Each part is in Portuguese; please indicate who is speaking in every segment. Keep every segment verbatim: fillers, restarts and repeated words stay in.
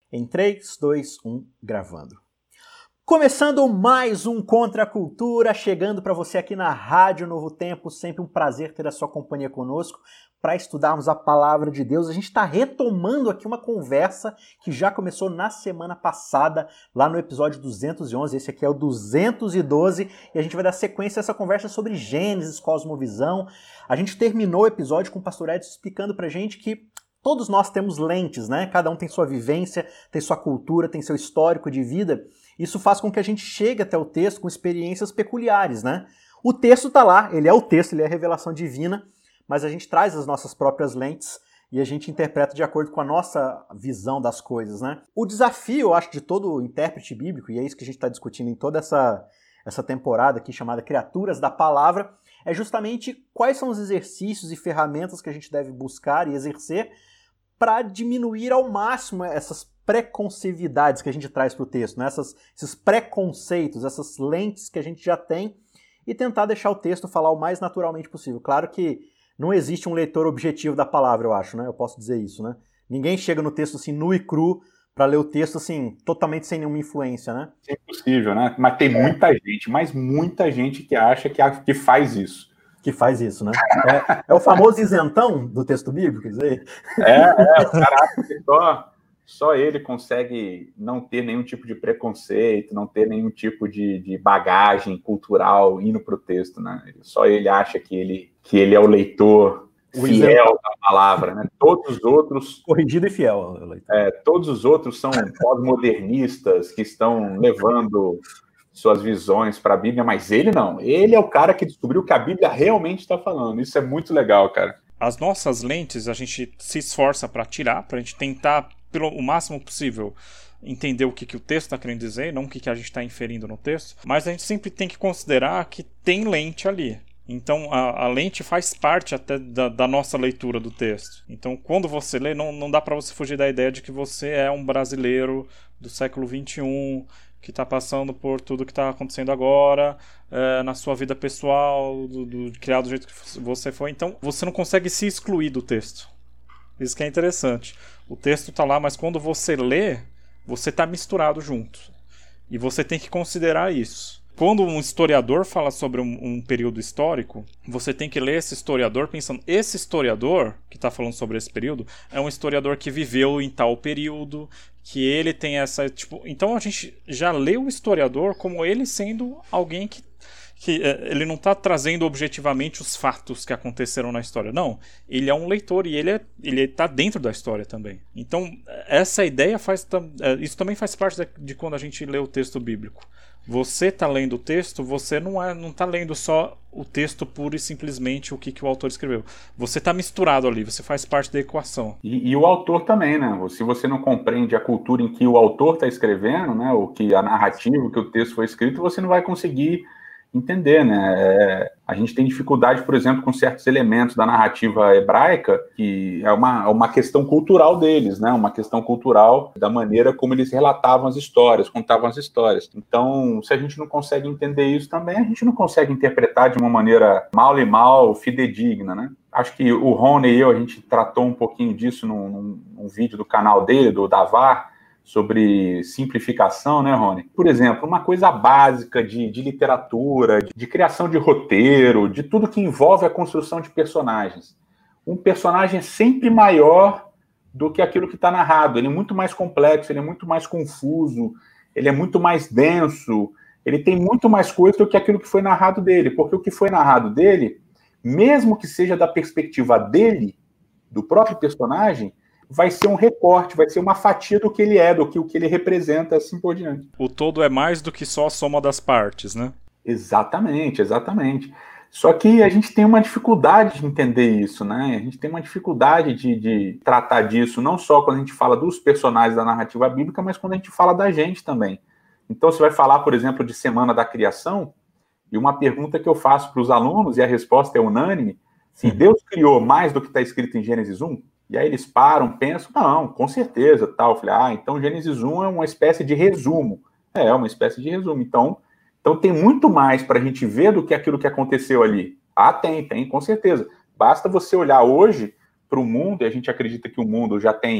Speaker 1: Em três, dois, um, gravando. Começando mais um Contra a Cultura, chegando para você aqui na Rádio Novo Tempo, sempre um prazer ter a sua companhia conosco para estudarmos a Palavra de Deus. A gente está retomando aqui uma conversa que já começou na semana passada, lá no episódio duzentos e onze, esse aqui é o duzentos e doze, e a gente vai dar sequência a essa conversa sobre Gênesis, Cosmovisão. A gente terminou o episódio com o Pastor Edson explicando para a gente que todos nós temos lentes, né? Cada um tem sua vivência, tem sua cultura, tem seu histórico de vida. Isso faz com que a gente chegue até o texto com experiências peculiares, né? O texto está lá, ele é o texto, ele é a revelação divina, mas a gente traz as nossas próprias lentes e a gente interpreta de acordo com a nossa visão das coisas, né? O desafio, eu acho, de todo intérprete bíblico, e é isso que a gente está discutindo em toda essa, essa temporada aqui chamada Criaturas da Palavra, é justamente quais são os exercícios e ferramentas que a gente deve buscar e exercer para diminuir ao máximo essas preconcevidades que a gente traz para o texto, né? Essas, esses preconceitos, essas lentes que a gente já tem e tentar deixar o texto falar o mais naturalmente possível. Claro que não existe um leitor objetivo da palavra, eu acho, né? Eu posso dizer isso, né? Ninguém chega no texto assim nu e cru para ler o texto assim totalmente sem nenhuma influência, né?
Speaker 2: É impossível, né? Mas tem muita gente, mas muita gente que acha que, que faz isso.
Speaker 1: Que faz isso, né? É, é o famoso isentão do texto bíblico, quer dizer?
Speaker 2: É, é, o cara acha que só, só ele consegue não ter nenhum tipo de preconceito, não ter nenhum tipo de, de bagagem cultural indo para o texto, né? Só ele acha que ele, que ele é o leitor o fiel isentão da palavra, né? Todos os outros...
Speaker 1: Corrigido e fiel. Leitor.
Speaker 2: É, todos os outros são pós-modernistas que estão levando suas visões para a Bíblia, mas ele não. Ele é o cara que descobriu que a Bíblia realmente está falando. Isso é muito legal, cara.
Speaker 3: As nossas lentes, a gente se esforça para tirar, para a gente tentar, pelo o máximo possível, entender o que, que o texto está querendo dizer, não o que, que a gente está inferindo no texto, mas a gente sempre tem que considerar que tem lente ali. Então, a, a lente faz parte até da, da nossa leitura do texto. Então, quando você lê, não, não dá para você fugir da ideia de que você é um brasileiro do século vinte e um, que está passando por tudo que está acontecendo agora, é, na sua vida pessoal, do, do, criado do jeito que você foi. Então, você não consegue se excluir do texto. Isso que é interessante. O texto está lá, mas quando você lê, você está misturado junto. E você tem que considerar isso. Quando um historiador fala sobre um, um período histórico, você tem que ler esse historiador pensando, esse historiador que está falando sobre esse período é um historiador que viveu em tal período, que ele tem essa... tipo, então a gente já lê o historiador como ele sendo alguém que, que é, ele não está trazendo objetivamente os fatos que aconteceram na história. Não, ele é um leitor e ele é, ele está dentro da história também. Então essa ideia faz... isso também faz parte de, de quando a gente lê o texto bíblico. Você está lendo o texto, você não é, não está lendo só o texto puro e simplesmente o que, que o autor escreveu. Você está misturado ali, você faz parte da equação.
Speaker 2: E, e o autor também, né? Se você não compreende a cultura em que o autor está escrevendo, né? O que a narrativa, que o texto foi escrito, você não vai conseguir entender, né? É, a gente tem dificuldade, por exemplo, com certos elementos da narrativa hebraica, que é uma, uma questão cultural deles, né? Uma questão cultural da maneira como eles relatavam as histórias, contavam as histórias. Então, se a gente não consegue entender isso também, a gente não consegue interpretar de uma maneira mal e mal fidedigna, né? Acho que o Rony e eu, a gente tratou um pouquinho disso num, num, num vídeo do canal dele, do Davar, sobre simplificação, né, Rony? Por exemplo, uma coisa básica de, de literatura, de, de criação de roteiro, de tudo que envolve a construção de personagens. Um personagem é sempre maior do que aquilo que está narrado. Ele é muito mais complexo, ele é muito mais confuso, ele é muito mais denso, ele tem muito mais coisa do que aquilo que foi narrado dele, porque o que foi narrado dele, mesmo que seja da perspectiva dele, do próprio personagem, vai ser um recorte, vai ser uma fatia do que ele é, do que o que ele representa, assim por diante.
Speaker 3: O todo é mais do que só a soma das partes, né?
Speaker 2: Exatamente, exatamente. Só que a gente tem uma dificuldade de entender isso, né? A gente tem uma dificuldade de, de tratar disso, não só quando a gente fala dos personagens da narrativa bíblica, mas quando a gente fala da gente também. Então, você vai falar, por exemplo, de Semana da Criação, e uma pergunta que eu faço para os alunos, e a resposta é unânime, se Deus criou mais do que está escrito em Gênesis um? E aí eles param, pensam, não, com certeza, tal. Eu falei, ah, então Gênesis um é uma espécie de resumo. É, é uma espécie de resumo. Então, então tem muito mais para a gente ver do que aquilo que aconteceu ali. Ah, tem, tem, com certeza. Basta você olhar hoje para o mundo, e a gente acredita que o mundo já tem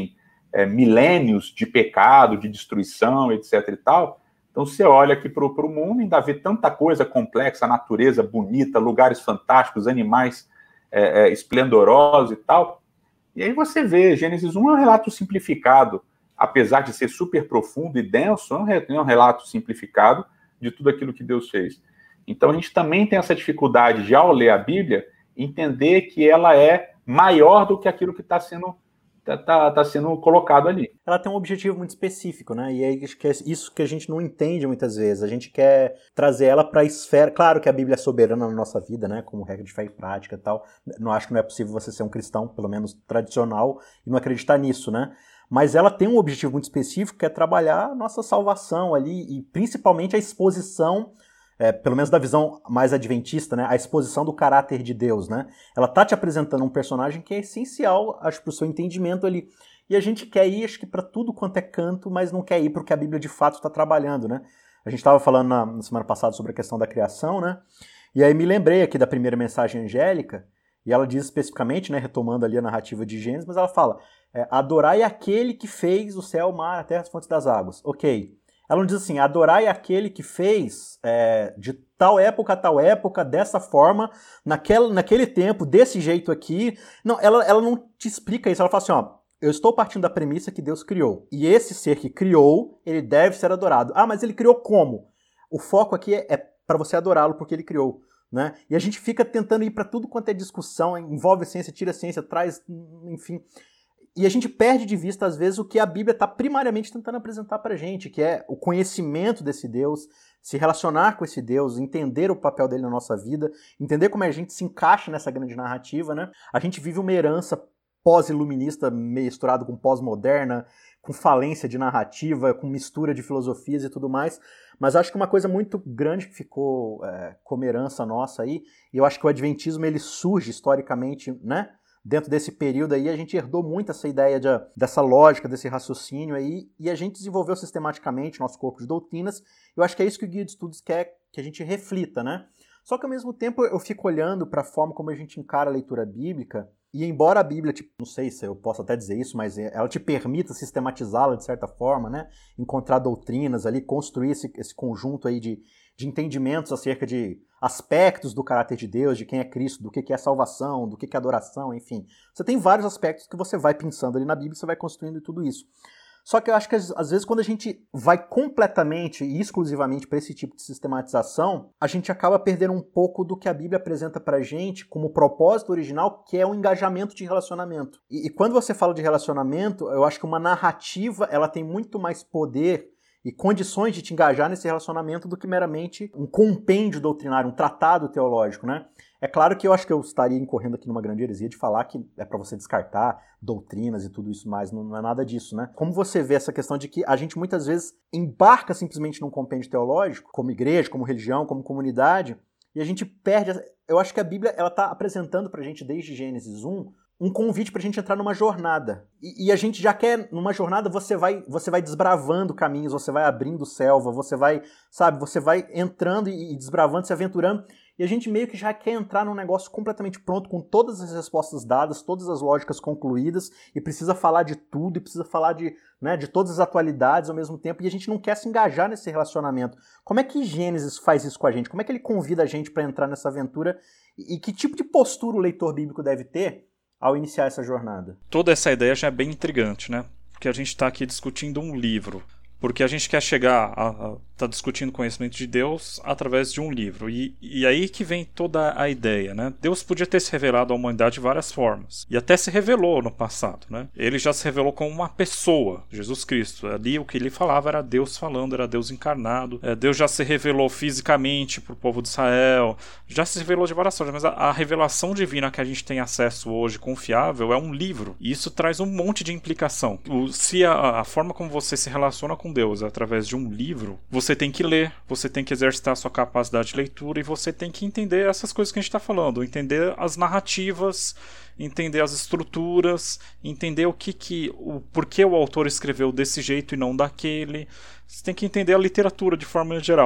Speaker 2: é, milênios de pecado, de destruição, etc e tal. Então você olha aqui para o mundo e ainda vê tanta coisa complexa, natureza bonita, lugares fantásticos, animais é, é, esplendorosos e tal. E aí você vê, Gênesis um é um relato simplificado, apesar de ser super profundo e denso, é um relato simplificado de tudo aquilo que Deus fez. Então a gente também tem essa dificuldade de, ao ler a Bíblia, entender que ela é maior do que aquilo que está sendo, tá, tá, tá sendo colocado ali.
Speaker 1: Ela tem um objetivo muito específico, né? E é isso que a gente não entende muitas vezes. A gente quer trazer ela para a esfera... Claro que a Bíblia é soberana na nossa vida, né? Como regra de fé e prática e tal. Não acho que não é possível você ser um cristão, pelo menos tradicional, e não acreditar nisso, né? Mas ela tem um objetivo muito específico, que é trabalhar a nossa salvação ali, e principalmente a exposição, é, pelo menos da visão mais adventista, né, a exposição do caráter de Deus, né? Ela tá te apresentando um personagem que é essencial, acho, para o seu entendimento ali. E a gente quer ir, acho que para tudo quanto é canto, mas não quer ir para o que a Bíblia de fato está trabalhando, né? A gente estava falando na, na semana passada sobre a questão da criação, né? E aí me lembrei aqui da primeira mensagem angélica, e ela diz especificamente, né, retomando ali a narrativa de Gênesis, mas ela fala... É, adorai aquele que fez o céu, o mar, a terra, as fontes das águas. Ok. Ela não diz assim, adorai aquele que fez é, de tal época a tal época, dessa forma, naquele, naquele tempo, desse jeito aqui. Não, ela, ela não te explica isso. Ela fala assim, ó, eu estou partindo da premissa que Deus criou. E esse ser que criou, ele deve ser adorado. Ah, mas ele criou como? O foco aqui é, é para você adorá-lo porque ele criou. Né? E a gente fica tentando ir para tudo quanto é discussão, envolve a ciência, tira a ciência, traz, enfim... E a gente perde de vista, às vezes, o que a Bíblia está primariamente tentando apresentar para a gente, que é o conhecimento desse Deus, se relacionar com esse Deus, entender o papel dele na nossa vida, entender como a gente se encaixa nessa grande narrativa, né? A gente vive uma herança pós-iluminista misturado com pós-moderna, com falência de narrativa, com mistura de filosofias e tudo mais, mas acho que uma coisa muito grande que ficou é, como herança nossa aí, e eu acho que o adventismo ele surge historicamente, né? Dentro desse período aí, a gente herdou muito essa ideia de, dessa lógica, desse raciocínio aí, e a gente desenvolveu sistematicamente nosso corpo de doutrinas. Eu acho que é isso que o Guia de Estudos quer que a gente reflita, né? Só que, ao mesmo tempo, eu fico olhando para a forma como a gente encara a leitura bíblica, e embora a Bíblia, tipo, não sei se eu posso até dizer isso, mas ela te permita sistematizá-la de certa forma, né? Encontrar doutrinas ali, construir esse, esse conjunto aí de, de entendimentos acerca de aspectos do caráter de Deus, de quem é Cristo, do que é salvação, do que é adoração, enfim. Você tem vários aspectos que você vai pensando ali na Bíblia, você vai construindo tudo isso. Só que eu acho que às vezes quando a gente vai completamente e exclusivamente para esse tipo de sistematização, a gente acaba perdendo um pouco do que a Bíblia apresenta pra gente como propósito original, que é o engajamento de relacionamento. E, e quando você fala de relacionamento, eu acho que uma narrativa ela tem muito mais poder e condições de te engajar nesse relacionamento do que meramente um compêndio doutrinário, um tratado teológico, né? É claro que eu acho que eu estaria incorrendo aqui numa grande heresia de falar que é para você descartar doutrinas e tudo isso mais, não é nada disso, né? Como você vê essa questão de que a gente muitas vezes embarca simplesmente num compêndio teológico, como igreja, como religião, como comunidade, e a gente perde... Eu acho que a Bíblia ela está apresentando pra gente desde Gênesis um um convite pra gente entrar numa jornada. E, e a gente já quer, numa jornada, você vai, você vai desbravando caminhos, você vai abrindo selva, você vai, sabe, você vai entrando e, e desbravando, se aventurando, e a gente meio que já quer entrar num negócio completamente pronto, com todas as respostas dadas, todas as lógicas concluídas, e precisa falar de tudo, e precisa falar de, né, de todas as atualidades ao mesmo tempo, e a gente não quer se engajar nesse relacionamento. Como é que Gênesis faz isso com a gente? Como é que ele convida a gente para entrar nessa aventura? E, e que tipo de postura o leitor bíblico deve ter ao iniciar essa jornada?
Speaker 3: Toda essa ideia já é bem intrigante, né? Porque a gente está aqui discutindo um livro. Porque a gente quer chegar a estar tá discutindo o conhecimento de Deus através de um livro. E, e aí que vem toda a ideia, né? Deus podia ter se revelado à humanidade de várias formas. E até se revelou no passado, né? Ele já se revelou como uma pessoa, Jesus Cristo. Ali o que ele falava era Deus falando, era Deus encarnado. É, Deus já se revelou fisicamente para o povo de Israel. Já se revelou de várias formas. Mas a, a revelação divina que a gente tem acesso hoje, confiável, é um livro. E isso traz um monte de implicação. O, se a, a forma como você se relaciona com Deus através de um livro, você tem que ler, você tem que exercitar a sua capacidade de leitura e você tem que entender essas coisas que a gente está falando, entender as narrativas, entender as estruturas, entender o que que, o porquê o autor escreveu desse jeito e não daquele. Você tem que entender a literatura de forma geral.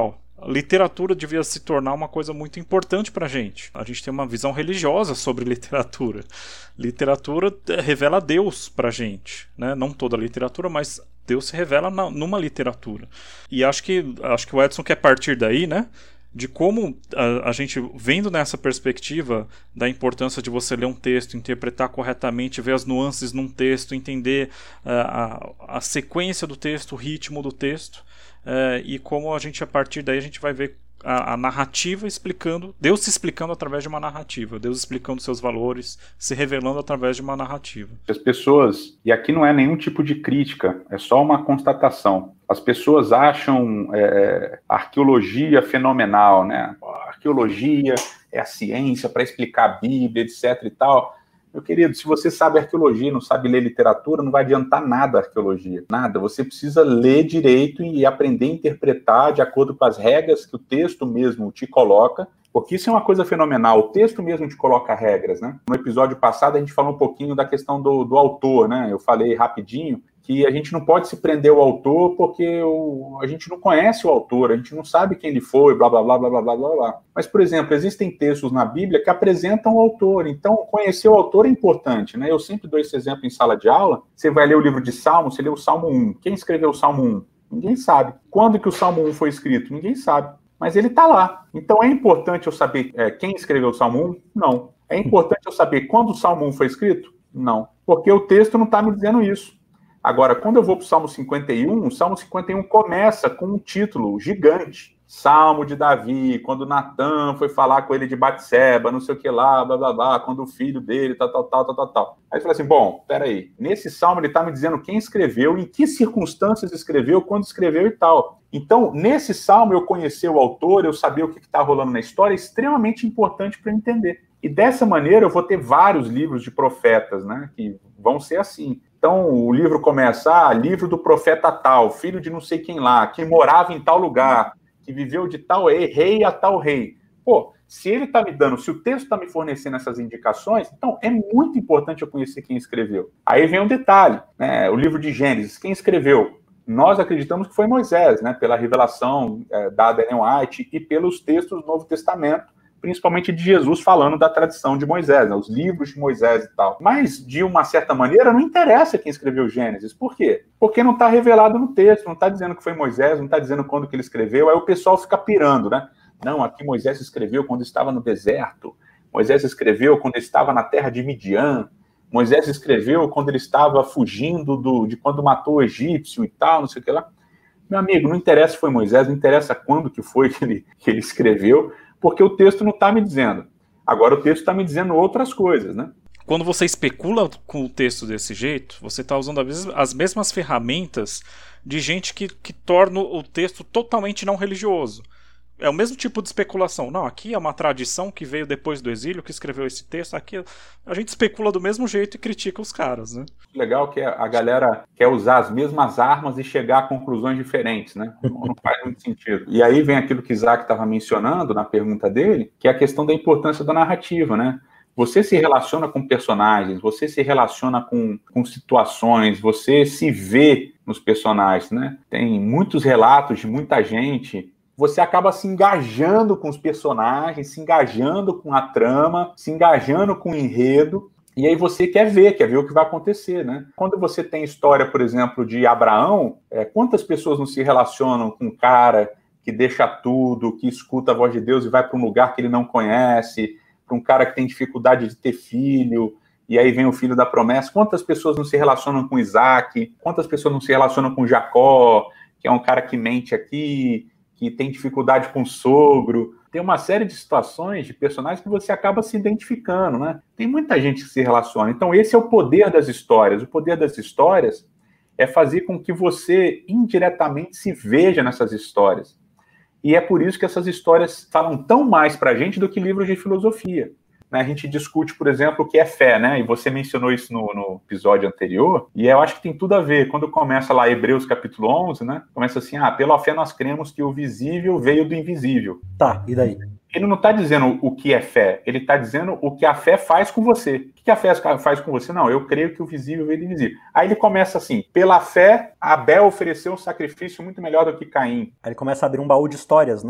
Speaker 3: a literatura devia se tornar uma coisa muito importante pra gente. A gente tem uma visão religiosa sobre literatura. Literatura revela Deus pra gente, né? Não toda a literatura, mas Deus se revela na, numa literatura. E acho que, acho que o Edson quer partir daí, né? De como a, a gente, vendo nessa perspectiva da importância de você ler um texto, interpretar corretamente, ver as nuances num texto, entender uh, a, a sequência do texto, o ritmo do texto, uh, e como a gente, a partir daí, a gente vai ver a, a narrativa explicando, Deus se explicando através de uma narrativa, Deus explicando seus valores, se revelando através de uma narrativa.
Speaker 2: As pessoas, e aqui não é nenhum tipo de crítica, é só uma constatação. As pessoas acham é, arqueologia fenomenal, né? A arqueologia é a ciência para explicar a Bíblia, etc e tal. Meu querido, se você sabe arqueologia e não sabe ler literatura, não vai adiantar nada a arqueologia. Nada. Você precisa ler direito e aprender a interpretar de acordo com as regras que o texto mesmo te coloca, porque isso é uma coisa fenomenal. O texto mesmo te coloca regras, né? No episódio passado a gente falou um pouquinho da questão do, do autor, né? Eu falei rapidinho que a gente não pode se prender ao autor porque o, a gente não conhece o autor, a gente não sabe quem ele foi, blá, blá, blá, blá, blá, blá, blá. Mas, por exemplo, existem textos na Bíblia que apresentam o autor, então conhecer o autor é importante, né? Eu sempre dou esse exemplo em sala de aula. Você vai ler o livro de Salmos, você lê o Salmo um. Quem escreveu o Salmo um? Ninguém sabe. Quando que o Salmo um foi escrito? Ninguém sabe. Mas ele está lá. Então é importante eu saber é, quem escreveu o Salmo um? Não. É importante eu saber quando o Salmo um foi escrito? Não. Porque o texto não está me dizendo isso. Agora, quando eu vou para o Salmo cinquenta e um, o Salmo cinquenta e um começa com um título gigante. Salmo de Davi, quando Natan foi falar com ele de Batseba, não sei o que lá, blá, blá, blá, quando o filho dele, tal, tal, tal, tal, tal, tal. Aí você fala assim, bom, peraí, nesse Salmo ele está me dizendo quem escreveu, em que circunstâncias escreveu, quando escreveu e tal. Então, nesse Salmo, eu conhecer o autor, eu saber o que está rolando na história, é extremamente importante para eu entender. E dessa maneira eu vou ter vários livros de profetas, né, que vão ser assim. Então, o livro começa, ah, livro do profeta tal, filho de não sei quem lá, que morava em tal lugar, que viveu de tal rei a tal rei. Pô, se ele está me dando, se o texto está me fornecendo essas indicações, então é muito importante eu conhecer quem escreveu. Aí vem um detalhe, né, o livro de Gênesis, quem escreveu? Nós acreditamos que foi Moisés, né, pela revelação é, dada a Ellen White e pelos textos do Novo Testamento, principalmente de Jesus falando da tradição de Moisés, né, os livros de Moisés e tal. Mas, de uma certa maneira, não interessa quem escreveu Gênesis. Por quê? Porque não está revelado no texto, não está dizendo que foi Moisés, não está dizendo quando que ele escreveu, aí o pessoal fica pirando, né? Não, aqui Moisés escreveu quando estava no deserto, Moisés escreveu quando estava na terra de Midian, Moisés escreveu quando ele estava fugindo do, de quando matou o egípcio e tal, não sei o que lá. Meu amigo, não interessa se foi Moisés, não interessa quando que foi que ele, que ele escreveu, porque o texto não está me dizendo. Agora o texto está me dizendo outras coisas, né?
Speaker 3: Quando você especula com o texto desse jeito, você está usando as mesmas ferramentas de gente que, que torna o texto totalmente não religioso. É o mesmo tipo de especulação. Não, aqui é uma tradição que veio depois do exílio, que escreveu esse texto. Aqui a gente especula do mesmo jeito e critica os caras, né?
Speaker 2: Legal que a galera quer usar as mesmas armas e chegar a conclusões diferentes, né? Não faz muito sentido. E aí vem aquilo que Isaac estava mencionando na pergunta dele, que é a questão da importância da narrativa, né? Você se relaciona com personagens, você se relaciona com, com situações, você se vê nos personagens, né? Tem muitos relatos de muita gente. Você acaba se engajando com os personagens, se engajando com a trama, se engajando com o enredo, e aí você quer ver, quer ver o que vai acontecer, né? Quando você tem história, por exemplo, de Abraão, é, quantas pessoas não se relacionam com um cara que deixa tudo, que escuta a voz de Deus e vai para um lugar que ele não conhece, para um cara que tem dificuldade de ter filho, e aí vem o filho da promessa? Quantas pessoas não se relacionam com Isaac? Quantas pessoas não se relacionam com Jacó, que é um cara que mente aqui, que tem dificuldade com o sogro? Tem uma série de situações, de personagens que você acaba se identificando, né? Tem muita gente que se relaciona. Então esse é o poder das histórias. O poder das histórias é fazer com que você indiretamente se veja nessas histórias. E é por isso que essas histórias falam tão mais para a gente do que livros de filosofia. A gente discute, por exemplo, o que é fé, né? E você mencionou isso no, no episódio anterior, e eu acho que tem tudo a ver. Quando começa lá Hebreus capítulo onze, né? Começa assim, ah, pela fé nós cremos que o visível veio do invisível.
Speaker 1: Tá, e daí?
Speaker 2: Ele não está dizendo o que é fé, ele está dizendo o que a fé faz com você. O que a fé faz com você? Não, eu creio que o visível veio do invisível. Aí ele começa assim, pela fé, Abel ofereceu um sacrifício muito melhor do que Caim.
Speaker 1: Aí ele começa a abrir um baú de histórias, né?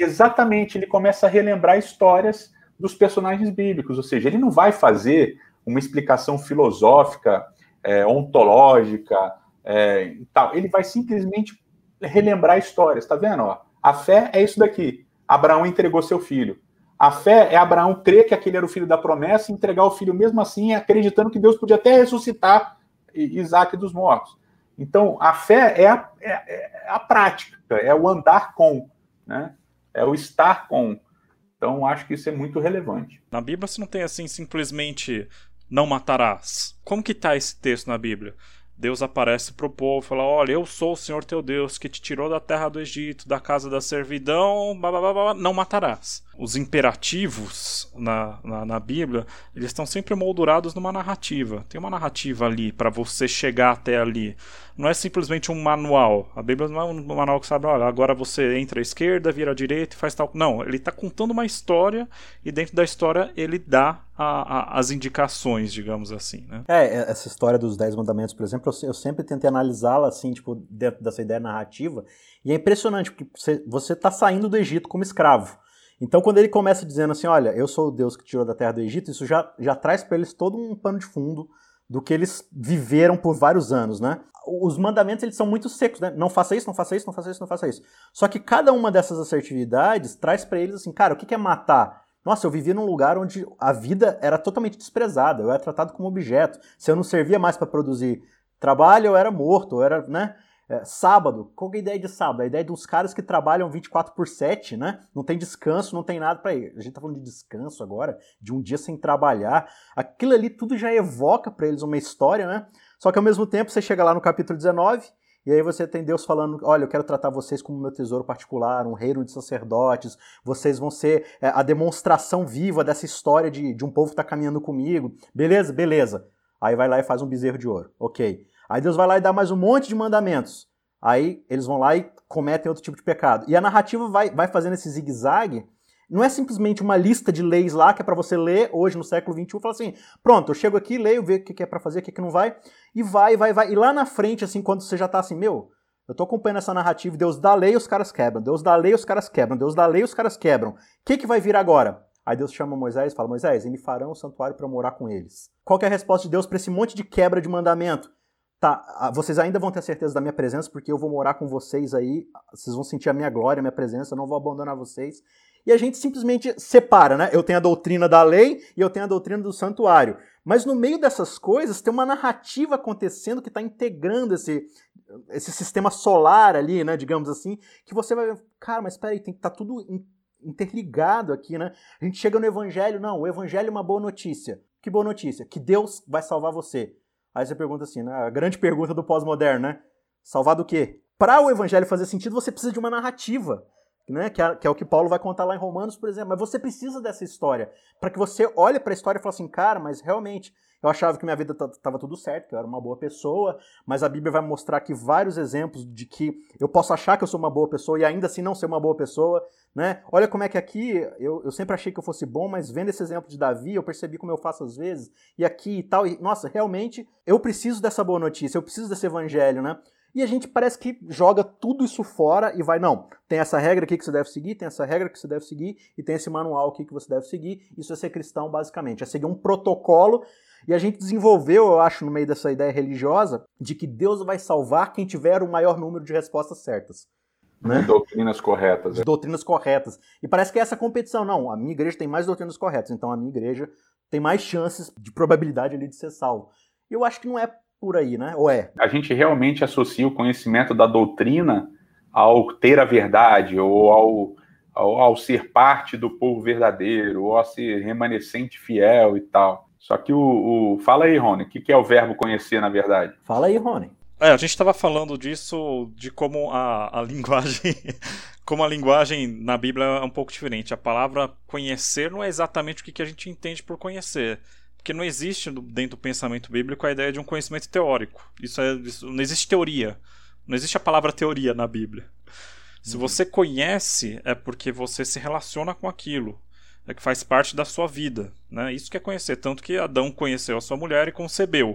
Speaker 2: Exatamente, ele começa a relembrar histórias dos personagens bíblicos, ou seja, ele não vai fazer uma explicação filosófica, é, ontológica, é, e tal. Ele vai simplesmente relembrar histórias, tá vendo? Ó, a fé é isso daqui. Abraão entregou seu filho. A fé é Abraão crer que aquele era o filho da promessa e entregar o filho mesmo assim, acreditando que Deus podia até ressuscitar Isaac dos mortos. Então, a fé é a, é, é a prática, é o andar com, né? É o estar com. Então, acho que isso é muito relevante.
Speaker 3: Na Bíblia você não tem assim, simplesmente não matarás. Como que está esse texto na Bíblia? Deus aparece pro povo e fala, olha, eu sou o Senhor teu Deus, que te tirou da terra do Egito, da casa da servidão, blá, blá, blá, blá, não matarás. Os imperativos na, na, na Bíblia, eles estão sempre moldurados numa narrativa. Tem uma narrativa ali para você chegar até ali. Não é simplesmente um manual. A Bíblia não é um manual que sabe, olha, agora você entra à esquerda, vira à direita e faz tal. Não, ele está contando uma história e dentro da história ele dá a, a, as indicações, digamos assim, né?
Speaker 1: É, essa história dos Dez Mandamentos, por exemplo, eu, eu sempre tentei analisá-la assim, tipo, dentro dessa ideia narrativa, e é impressionante, porque você, você tá saindo do Egito como escravo. Então, quando ele começa dizendo assim, olha, eu sou o Deus que tirou da terra do Egito, isso já, já traz para eles todo um pano de fundo do que eles viveram por vários anos, né? Os mandamentos, eles são muito secos, né? Não faça isso, não faça isso, não faça isso, não faça isso. Só que cada uma dessas assertividades traz para eles assim, cara, o que é matar? Nossa, eu vivia num lugar onde a vida era totalmente desprezada, eu era tratado como objeto. Se eu não servia mais para produzir trabalho, eu era morto, eu era, né? É, sábado, qual que é a ideia de sábado? A ideia dos caras que trabalham vinte e quatro por sete, né? Não tem descanso, não tem nada pra ir. A gente tá falando de descanso agora, de um dia sem trabalhar. Aquilo ali tudo já evoca pra eles uma história, né? Só que ao mesmo tempo você chega lá no capítulo dezenove e aí você tem Deus falando, olha, eu quero tratar vocês como meu tesouro particular, um reino de sacerdotes, vocês vão ser é, a demonstração viva dessa história de, de um povo que tá caminhando comigo. Beleza? Beleza. Aí vai lá e faz um bezerro de ouro. Ok. Aí Deus vai lá e dá mais um monte de mandamentos. Aí eles vão lá e cometem outro tipo de pecado. E a narrativa vai, vai fazendo esse zigue-zague. Não é simplesmente uma lista de leis lá que é para você ler hoje no século vinte e um e falar assim, pronto, eu chego aqui, leio, vejo o que é para fazer, o que, que não vai, e vai, vai, vai. E lá na frente, assim, quando você já tá assim, meu, eu tô acompanhando essa narrativa, Deus dá lei, os caras quebram, Deus dá lei, os caras quebram, Deus dá lei, os caras quebram. O que, que vai vir agora? Aí Deus chama Moisés e fala, Moisés, eles farão o santuário para morar com eles. Qual que é a resposta de Deus para esse monte de quebra de mandamento? Tá, vocês ainda vão ter certeza da minha presença, porque eu vou morar com vocês aí, vocês vão sentir a minha glória, a minha presença, eu não vou abandonar vocês. E a gente simplesmente separa, né? Eu tenho a doutrina da lei e eu tenho a doutrina do santuário. Mas no meio dessas coisas tem uma narrativa acontecendo que está integrando esse, esse sistema solar ali, né? Digamos assim, que você vai ver, cara, mas peraí, tem que estar tá tudo interligado aqui, né? A gente chega no evangelho, não, o evangelho é uma boa notícia. Que boa notícia? Que Deus vai salvar você. Aí você pergunta assim, né? A grande pergunta do pós-moderno, né? Salvar do quê? Para o evangelho fazer sentido, você precisa de uma narrativa, né? Que é, que é o que Paulo vai contar lá em Romanos, por exemplo. Mas você precisa dessa história, para que você olhe para a história e fale assim, cara, mas realmente, eu achava que minha vida estava tudo certo, que eu era uma boa pessoa, mas a Bíblia vai mostrar aqui vários exemplos de que eu posso achar que eu sou uma boa pessoa e ainda assim não ser uma boa pessoa, né? Olha como é que aqui, eu, eu sempre achei que eu fosse bom, mas vendo esse exemplo de Davi, eu percebi como eu faço às vezes, e aqui e tal, e nossa, realmente, eu preciso dessa boa notícia, eu preciso desse evangelho, né? E a gente parece que joga tudo isso fora e vai, não, tem essa regra aqui que você deve seguir, tem essa regra que você deve seguir, e tem esse manual aqui que você deve seguir. Isso é ser cristão, basicamente, é seguir um protocolo. E a gente desenvolveu, eu acho, no meio dessa ideia religiosa, de que Deus vai salvar quem tiver o maior número de respostas certas. Né?
Speaker 2: De doutrinas corretas.
Speaker 1: De doutrinas corretas. E parece que é essa competição. Não, a minha igreja tem mais doutrinas corretas, então a minha igreja tem mais chances de probabilidade ali de ser salvo. E eu acho que não é por aí, né? Ou é?
Speaker 2: A gente realmente associa o conhecimento da doutrina ao ter a verdade, ou ao, ao, ao ser parte do povo verdadeiro, ou a ser remanescente fiel e tal. Só que o... o... Fala aí, Rony, o que, que é o verbo conhecer, na verdade?
Speaker 1: Fala aí, Rony.
Speaker 3: É, a gente estava falando disso, de como a, a linguagem... como a linguagem na Bíblia é um pouco diferente. A palavra conhecer não é exatamente o que, que a gente entende por conhecer. Porque não existe dentro do pensamento bíblico a ideia de um conhecimento teórico. Isso é, isso, não existe teoria. Não existe a palavra teoria na Bíblia. Se uhum. você conhece, é porque você se relaciona com aquilo. É que faz parte da sua vida. Né? Isso que é conhecer. Tanto que Adão conheceu a sua mulher e concebeu.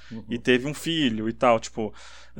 Speaker 3: uhum. e teve um filho e tal. Tipo,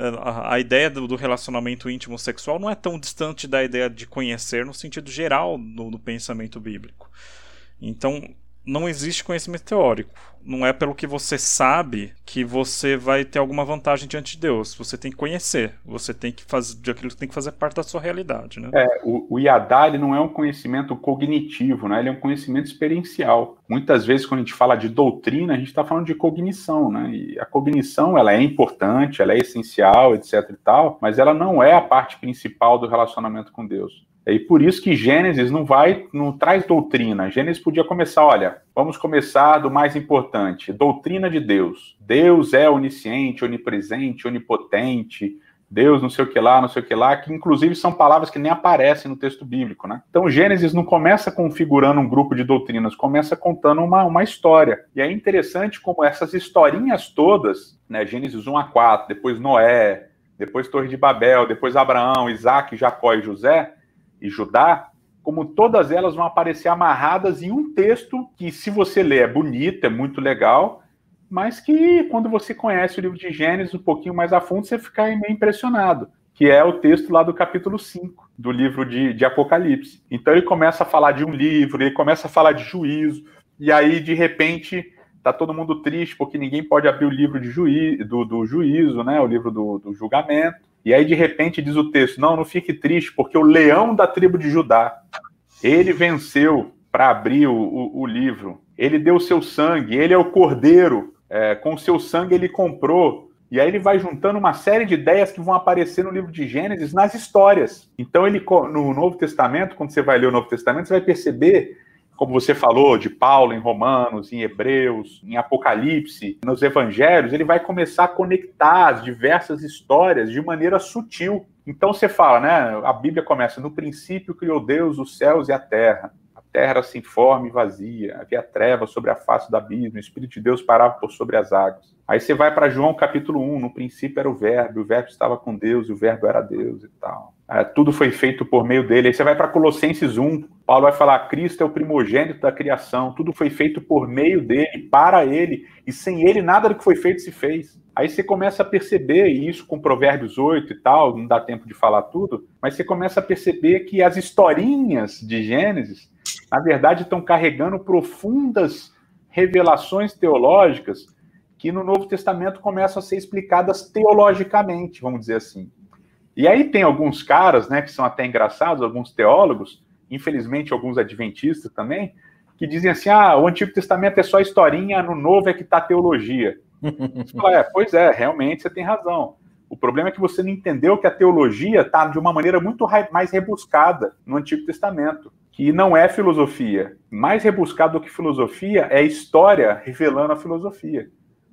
Speaker 3: a, a ideia do, do relacionamento íntimo sexual não é tão distante da ideia de conhecer no sentido geral do, do pensamento bíblico. Então, não existe conhecimento teórico. Não é pelo que você sabe que você vai ter alguma vantagem diante de Deus. Você tem que conhecer. Você tem que fazer aquilo que tem que fazer parte da sua realidade, né?
Speaker 2: É, o, o Yadá, ele não é um conhecimento cognitivo, né? Ele é um conhecimento experiencial. Muitas vezes, quando a gente fala de doutrina, a gente está falando de cognição, né? E a cognição, ela é importante, ela é essencial, etc e tal, mas ela não é a parte principal do relacionamento com Deus. E por isso que Gênesis não vai, não traz doutrina. Gênesis podia começar, olha, vamos começar do mais importante, doutrina de Deus. Deus é onisciente, onipresente, onipotente, Deus não sei o que lá, não sei o que lá, que inclusive são palavras que nem aparecem no texto bíblico, né? Então Gênesis não começa configurando um grupo de doutrinas, começa contando uma, uma história. E é interessante como essas historinhas todas, né, Gênesis um a quatro, depois Noé, depois Torre de Babel, depois Abraão, Isaac, Jacó e José, e Judá, como todas elas vão aparecer amarradas em um texto que, se você ler, é bonito, é muito legal, mas que, quando você conhece o livro de Gênesis um pouquinho mais a fundo, você fica meio impressionado, que é o texto lá do capítulo cinco, do livro de, de Apocalipse. Então ele começa a falar de um livro, ele começa a falar de juízo, e aí, de repente, tá todo mundo triste, porque ninguém pode abrir o livro de juí do, do juízo, né, o livro do, do julgamento. E aí, de repente, diz o texto, não, não fique triste, porque o leão da tribo de Judá, ele venceu para abrir o, o, o livro. Ele deu o seu sangue, ele é o cordeiro, é, com o seu sangue ele comprou. E aí ele vai juntando uma série de ideias que vão aparecer no livro de Gênesis, nas histórias. Então, ele, no Novo Testamento, quando você vai ler o Novo Testamento, você vai perceber, como você falou, de Paulo em Romanos, em Hebreus, em Apocalipse, nos Evangelhos, ele vai começar a conectar as diversas histórias de maneira sutil. Então você fala, né? A Bíblia começa, no princípio criou Deus os céus e a terra. A terra era sem forma e vazia, havia trevas sobre a face do abismo, o Espírito de Deus parava por sobre as águas. Aí você vai para João capítulo um, no princípio era o verbo, o verbo estava com Deus, e o verbo era Deus e tal. É, tudo foi feito por meio dele. Aí você vai para Colossenses um, Paulo vai falar, Cristo é o primogênito da criação, tudo foi feito por meio dele, para ele, e sem ele nada do que foi feito se fez. Aí você começa a perceber, e isso com Provérbios oito e tal, não dá tempo de falar tudo, mas você começa a perceber que as historinhas de Gênesis, na verdade, estão carregando profundas revelações teológicas que no Novo Testamento começam a ser explicadas teologicamente, vamos dizer assim. E aí tem alguns caras, né, que são até engraçados, alguns teólogos, infelizmente alguns adventistas também, que dizem assim, ah, o Antigo Testamento é só historinha, no Novo é que está a teologia. Você fala, é, pois é, realmente você tem razão. O problema é que você não entendeu que a teologia está de uma maneira muito mais rebuscada no Antigo Testamento, que não é filosofia. Mais rebuscado do que filosofia é história revelando a filosofia.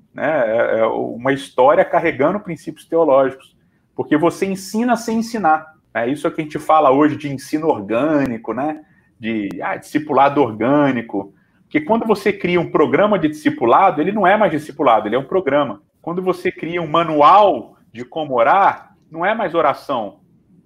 Speaker 2: Né? É uma história carregando princípios teológicos, porque você ensina sem ensinar. É isso que a gente fala hoje de ensino orgânico, né? De ah, discipulado orgânico. Porque quando você cria um programa de discipulado, ele não é mais discipulado, ele é um programa. Quando você cria um manual de como orar, não é mais oração,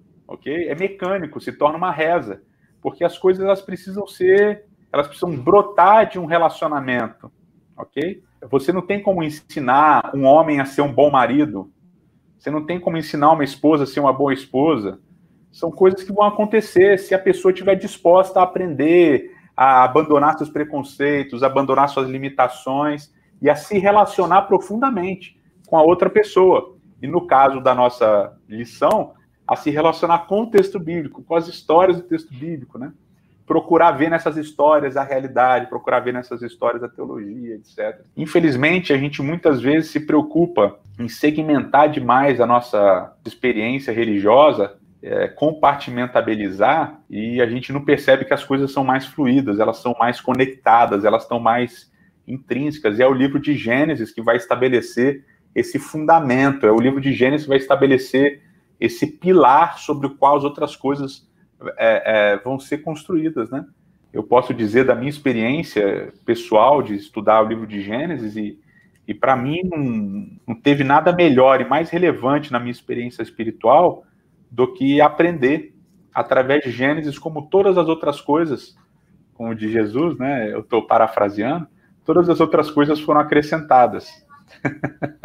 Speaker 2: ok? É mecânico, se torna uma reza. Porque as coisas elas precisam ser, elas precisam brotar de um relacionamento, ok? Você não tem como ensinar um homem a ser um bom marido. Você não tem como ensinar uma esposa a ser uma boa esposa. São coisas que vão acontecer se a pessoa estiver disposta a aprender, a abandonar seus preconceitos, a abandonar suas limitações e a se relacionar profundamente com a outra pessoa. E no caso da nossa lição, a se relacionar com o texto bíblico, com as histórias do texto bíblico, né? Procurar ver nessas histórias a realidade, procurar ver nessas histórias a teologia, etcétera. Infelizmente, a gente muitas vezes se preocupa em segmentar demais a nossa experiência religiosa, é, compartimentabilizar, e a gente não percebe que as coisas são mais fluídas, elas são mais conectadas, elas estão mais intrínsecas. E é o livro de Gênesis que vai estabelecer esse fundamento, é o livro de Gênesis que vai estabelecer esse pilar sobre o qual as outras coisas é, é, vão ser construídas, né? Eu posso dizer da minha experiência pessoal de estudar o livro de Gênesis e, e para mim não, não teve nada melhor e mais relevante na minha experiência espiritual do que aprender através de Gênesis, como todas as outras coisas, como de Jesus, né? Eu estou parafraseando, todas as outras coisas foram acrescentadas.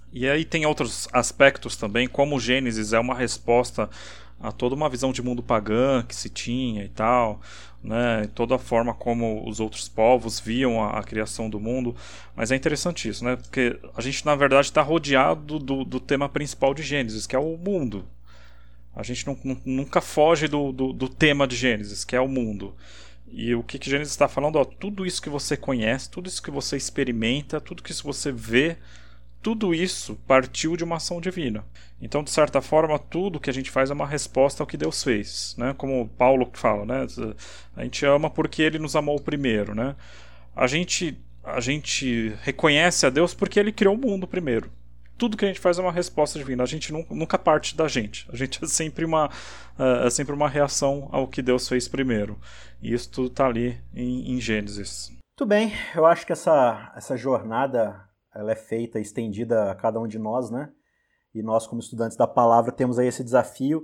Speaker 3: E aí tem outros aspectos também, como o Gênesis é uma resposta a toda uma visão de mundo pagã que se tinha e tal, né, toda a forma como os outros povos viam a, a criação do mundo. Mas é interessante isso, né, porque a gente na verdade está rodeado do, do tema principal de Gênesis, que é o mundo. A gente não, nunca foge do, do, do tema de Gênesis, que é o mundo. E o que, que Gênesis está falando? Ó, tudo isso que você conhece, tudo isso que você experimenta, tudo que isso você vê, tudo isso partiu de uma ação divina. Então, de certa forma, tudo que a gente faz é uma resposta ao que Deus fez, né? Como Paulo fala, né? A gente ama porque Ele nos amou primeiro, né? A gente, a gente reconhece a Deus porque Ele criou o mundo primeiro. Tudo que a gente faz é uma resposta divina. A gente nunca, nunca parte da gente. A gente é sempre uma, é sempre uma reação ao que Deus fez primeiro. E isso tudo está ali em, em Gênesis.
Speaker 1: Muito bem. Eu acho que essa, essa jornada ela é feita, estendida a cada um de nós, né? E nós, como estudantes da palavra, temos aí esse desafio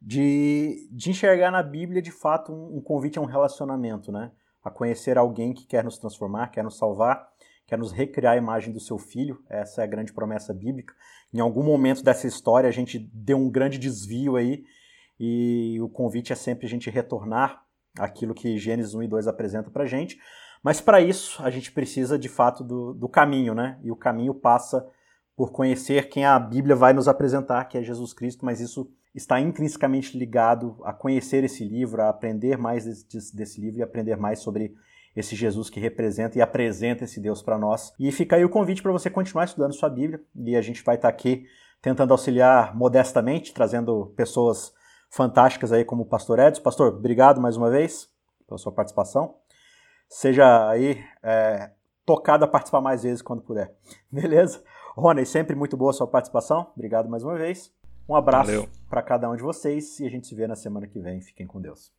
Speaker 1: de, de enxergar na Bíblia, de fato, um, um convite a um relacionamento, né? A conhecer alguém que quer nos transformar, quer nos salvar, quer nos recriar a imagem do seu filho. Essa é a grande promessa bíblica. Em algum momento dessa história a gente deu um grande desvio aí e o convite é sempre a gente retornar àquilo que Gênesis um e dois apresenta pra gente. Mas para isso a gente precisa de fato do, do caminho, né? E o caminho passa por conhecer quem a Bíblia vai nos apresentar, que é Jesus Cristo, mas isso está intrinsecamente ligado a conhecer esse livro, a aprender mais desse, desse livro e aprender mais sobre esse Jesus que representa e apresenta esse Deus para nós. E fica aí o convite para você continuar estudando sua Bíblia, e a gente vai estar aqui tentando auxiliar modestamente, trazendo pessoas fantásticas aí como o Pastor Edson. Pastor, obrigado mais uma vez pela sua participação. Seja aí é, tocado a participar mais vezes quando puder. Beleza? Rony, sempre muito boa a sua participação. Obrigado mais uma vez. Um abraço para cada um de vocês e a gente se vê na semana que vem. Fiquem com Deus.